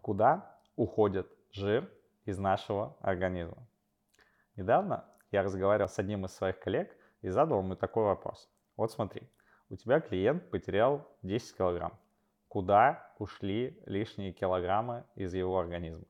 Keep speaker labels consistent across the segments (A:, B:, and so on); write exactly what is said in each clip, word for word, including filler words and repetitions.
A: Куда уходит жир из нашего организма? Недавно я разговаривал с одним из своих коллег и задал ему такой вопрос. Вот смотри, у тебя клиент потерял десять килограмм. Куда ушли лишние килограммы из его организма?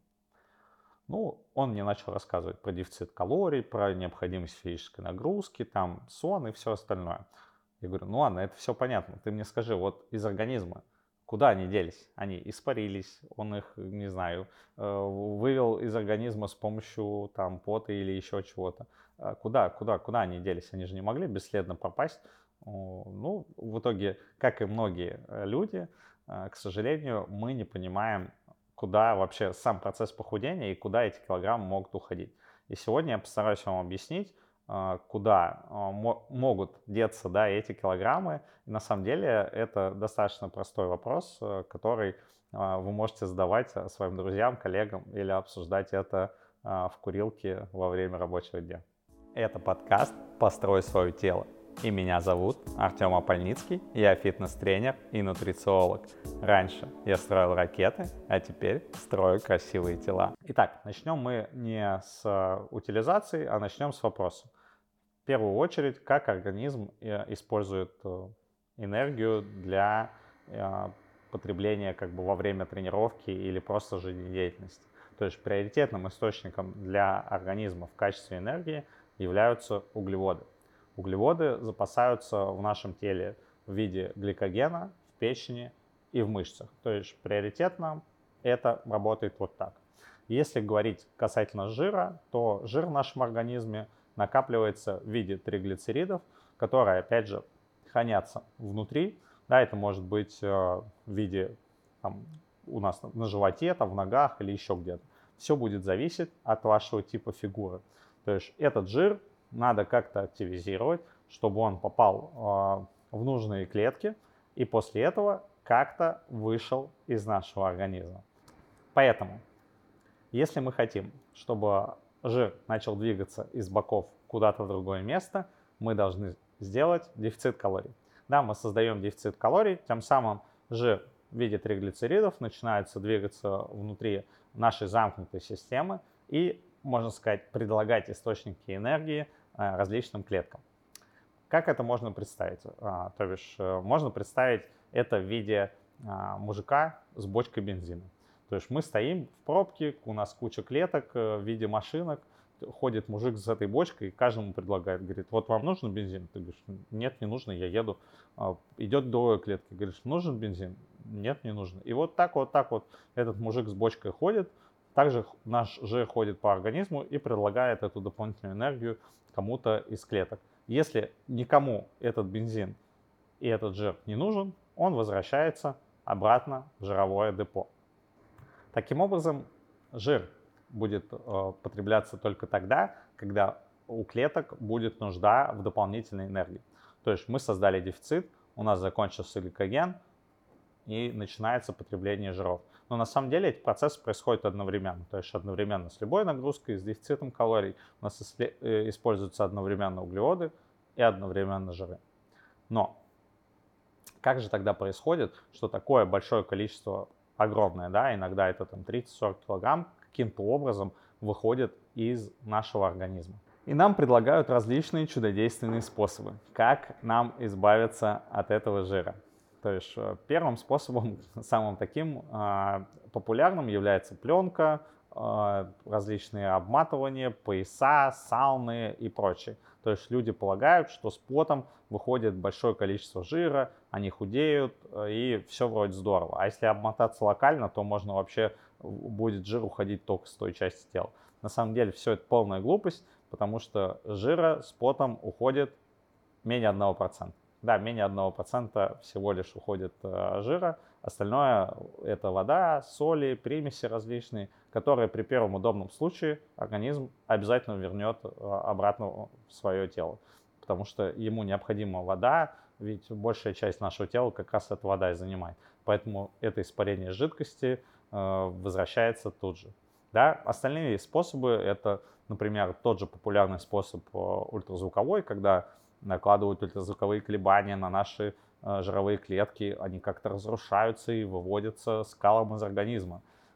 A: Ну, он мне начал рассказывать про дефицит калорий, про необходимость физической нагрузки, там, сон и все остальное. Я говорю, ну ладно, это все понятно. Ты мне скажи, вот из организма, куда они делись? Они испарились, он их, не знаю, э, вывел из организма с помощью там пота или еще чего-то. А Куда, куда, куда они делись? Они же не могли бесследно пропасть. О, Ну, в итоге, как и многие э, люди, э, к сожалению, мы не понимаем, куда вообще сам процесс похудения и куда эти килограммы могут уходить. И сегодня я постараюсь вам объяснить, а, куда а, мо- могут деться, да, эти килограммы. И на самом деле это достаточно простой вопрос, э, который а, вы можете задавать а, своим друзьям, коллегам или обсуждать это а, в курилке во время рабочего дня. Это подкаст «Построй свое тело». И меня зовут Артем Апольницкий, я фитнес-тренер и нутрициолог. Раньше я строил ракеты, а теперь строю красивые тела. Итак, начнем мы не с утилизации, а начнем с вопроса. В первую очередь, как организм э, использует э, энергию для э, потребления как бы во время тренировки или просто жизнедеятельности. То есть приоритетным источником для организма в качестве энергии являются углеводы. Углеводы запасаются в нашем теле в виде гликогена, в печени и в мышцах. То есть приоритетно это работает вот так. Если говорить касательно жира, то жир в нашем организме накапливается в виде триглицеридов, которые, опять же, хранятся внутри. Да, это может быть э, в виде там, у нас на животе, там, в ногах или еще где-то. Все будет зависеть от вашего типа фигуры. То есть этот жир надо как-то активизировать, чтобы он попал э, в нужные клетки и после этого как-то вышел из нашего организма. Поэтому, если мы хотим, чтобы жир начал двигаться из боков куда-то в другое место, мы должны сделать дефицит калорий. Да, мы создаем дефицит калорий, тем самым жир в виде триглицеридов начинается двигаться внутри нашей замкнутой системы и, можно сказать, предлагать источники энергии э, различным клеткам. Как это можно представить? А, то бишь, э, можно представить это в виде а, мужика с бочкой бензина. То есть мы стоим в пробке, у нас куча клеток э, в виде машинок, ходит мужик с этой бочкой и каждому предлагает, говорит, вот вам нужен бензин? Ты говоришь, нет, не нужно, я еду. А, идет к другой клетке, говоришь, нужен бензин? Нет, не нужно. И вот так вот, так вот этот мужик с бочкой ходит, также наш жир ходит по организму и предлагает эту дополнительную энергию кому-то из клеток. Если никому этот бензин и этот жир не нужен, он возвращается обратно в жировое депо. Таким образом, жир будет э, потребляться только тогда, когда у клеток будет нужда в дополнительной энергии. То есть мы создали дефицит, у нас закончился гликоген, и начинается потребление жиров. Но на самом деле эти процессы происходят одновременно. То есть одновременно с любой нагрузкой, с дефицитом калорий у нас используются одновременно углеводы и одновременно жиры. Но как же тогда происходит, что такое большое количество, огромное, да, иногда это там тридцать-сорок килограмм, каким-то образом выходит из нашего организма? И нам предлагают различные чудодейственные способы, как нам избавиться от этого жира. То есть первым способом, самым таким э, популярным является пленка, э, различные обматывания, пояса, сауны и прочее. То есть люди полагают, что с потом выходит большое количество жира, они худеют и все вроде здорово. А если обмотаться локально, то можно вообще будет жир уходить только с той части тела. На самом деле все это полная глупость, потому что жира с потом уходит менее одного процента. Да, менее одного процента всего лишь уходит э, жира, остальное это вода, соли, примеси различные, которые при первом удобном случае организм обязательно вернет э, обратно в свое тело, потому что ему необходима вода, ведь большая часть нашего тела как раз эта вода и занимает, поэтому это испарение жидкости э, возвращается тут же. Да? Остальные способы это, например, тот же популярный способ э, ультразвуковой, когда накладывают ультразвуковые колебания на наши э, жировые клетки, они как-то разрушаются и выводятся скалом из организма.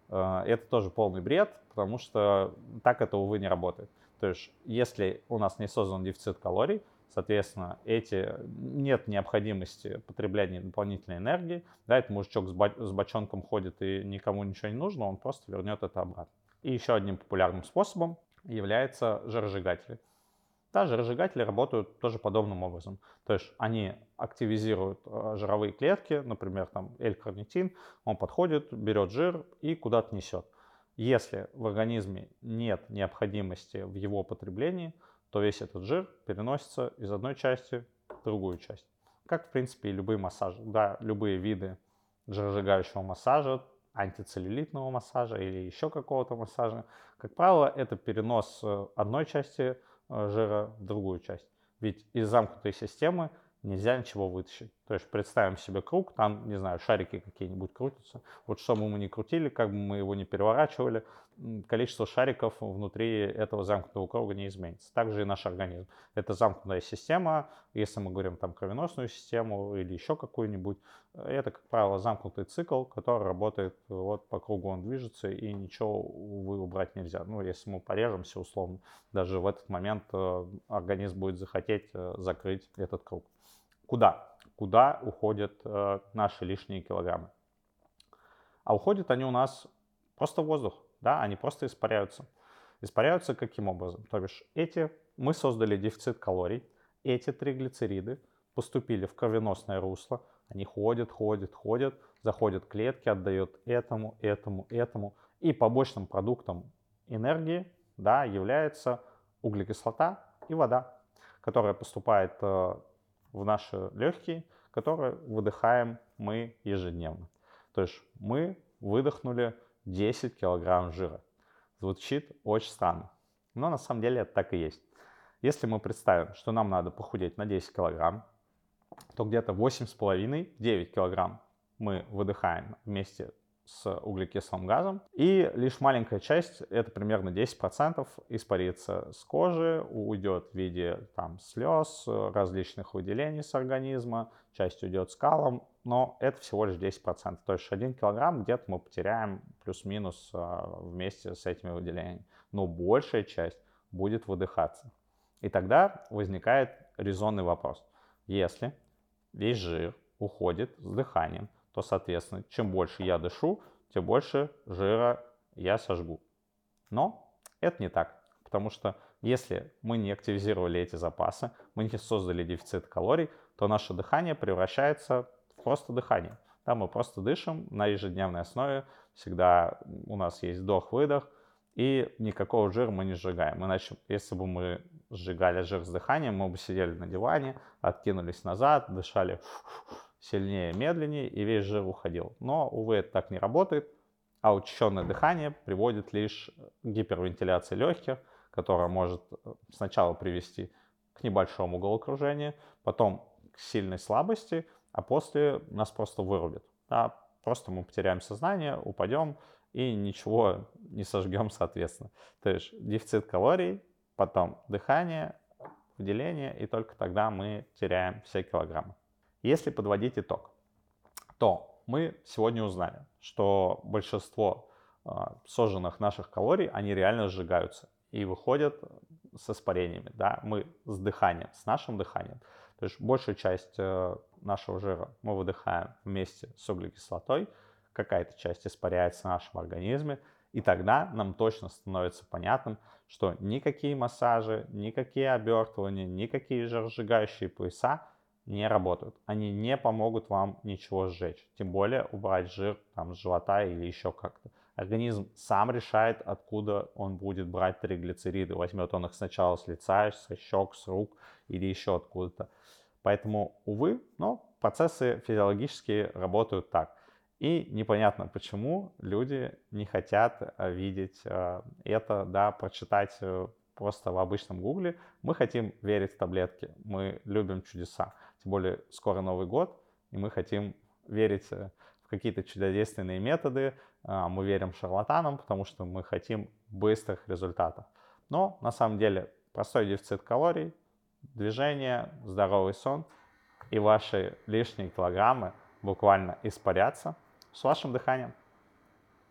A: э, это тоже полный бред, потому что так это, увы, не работает. То есть если у нас не создан дефицит калорий, соответственно, эти, нет необходимости потребления дополнительной энергии. Да, этот мужичок с, ба- с бочонком ходит и никому ничего не нужно, он просто вернет это обратно. И еще одним популярным способом является жиросжигатели. Да, жиросжигатели работают тоже подобным образом. То есть они активизируют э, жировые клетки, например, там L-карнитин, он подходит, берет жир и куда-то несет. Если в организме нет необходимости в его потреблении, то весь этот жир переносится из одной части в другую часть. Как, в принципе, и любые массажи. Да, любые виды жиросжигающего массажа, антицеллюлитного массажа или еще какого-то массажа, как правило, это перенос э, одной части э, жира в другую часть. Ведь из замкнутой системы нельзя ничего вытащить. То есть представим себе круг, там, не знаю, шарики какие-нибудь крутятся. Вот что бы мы ни крутили, как бы мы его ни переворачивали, количество шариков внутри этого замкнутого круга не изменится. Также и наш организм. Это замкнутая система, если мы говорим там кровеносную систему или еще какую-нибудь, это, как правило, замкнутый цикл, который работает вот по кругу, он движется, и ничего, увы, убрать нельзя. Ну, если мы порежемся, условно, даже в этот момент организм будет захотеть закрыть этот круг. Куда? Куда уходят э, наши лишние килограммы? А уходят они у нас просто в воздух, да, они просто испаряются. Испаряются каким образом? То бишь эти, мы создали дефицит калорий, эти триглицериды поступили в кровеносное русло, они ходят, ходят, ходят, заходят в клетки, отдают этому, этому, этому. И побочным продуктом энергии, да, является углекислота и вода, которая поступает э, в наши легкие, которые выдыхаем мы ежедневно. То есть мы выдохнули десять килограмм жира. Звучит очень странно, но на самом деле это так и есть. Если мы представим, что нам надо похудеть на десять килограмм, то где-то восемь с половиной — девять килограмм мы выдыхаем вместе с углекислым газом, и лишь маленькая часть, это примерно десять процентов, испарится с кожи, уйдет в виде там слез, различных выделений с организма, часть уйдет скалом, но это всего лишь десять процентов. То есть один килограмм где-то мы потеряем плюс-минус вместе с этими выделениями. Но большая часть будет выдыхаться. И тогда возникает резонный вопрос. Если весь жир уходит с дыханием, то, соответственно, чем больше я дышу, тем больше жира я сожгу. Но это не так, потому что если мы не активизировали эти запасы, мы не создали дефицит калорий, то наше дыхание превращается в просто дыхание. Да, мы просто дышим на ежедневной основе, всегда у нас есть вдох-выдох, и никакого жира мы не сжигаем. Иначе, если бы мы сжигали жир с дыханием, мы бы сидели на диване, откинулись назад, дышали сильнее, медленнее, и весь жир уходил. Но, увы, это так не работает, а учащенное дыхание приводит лишь к гипервентиляции легких, которая может сначала привести к небольшому головокружению, потом к сильной слабости, а после нас просто вырубит. Да? Просто мы потеряем сознание, упадем и ничего не сожгем, соответственно. То есть дефицит калорий, потом дыхание, выделение, и только тогда мы теряем все килограммы. Если подводить итог, то мы сегодня узнали, что большинство э, сожженных наших калорий, они реально сжигаются и выходят с испарениями. Да? Мы с дыханием, с нашим дыханием. То есть большую часть э, нашего жира мы выдыхаем вместе с углекислотой, какая-то часть испаряется в нашем организме, и тогда нам точно становится понятным, что никакие массажи, никакие обертывания, никакие жиросжигающие пояса не работают. Они не помогут вам ничего сжечь, тем более убрать жир там, с живота или еще как-то. Организм сам решает, откуда он будет брать триглицериды. Возьмет он их сначала с лица, со щек, с рук или еще откуда-то. Поэтому, увы, но процессы физиологические работают так. И непонятно, почему люди не хотят видеть это, да, прочитать просто в обычном гугле. Мы хотим верить в таблетки, мы любим чудеса. Тем более скоро Новый год, и мы хотим верить в какие-то чудодейственные методы. Мы верим шарлатанам, потому что мы хотим быстрых результатов. Но на самом деле простой дефицит калорий, движение, здоровый сон, и ваши лишние килограммы буквально испарятся с вашим дыханием.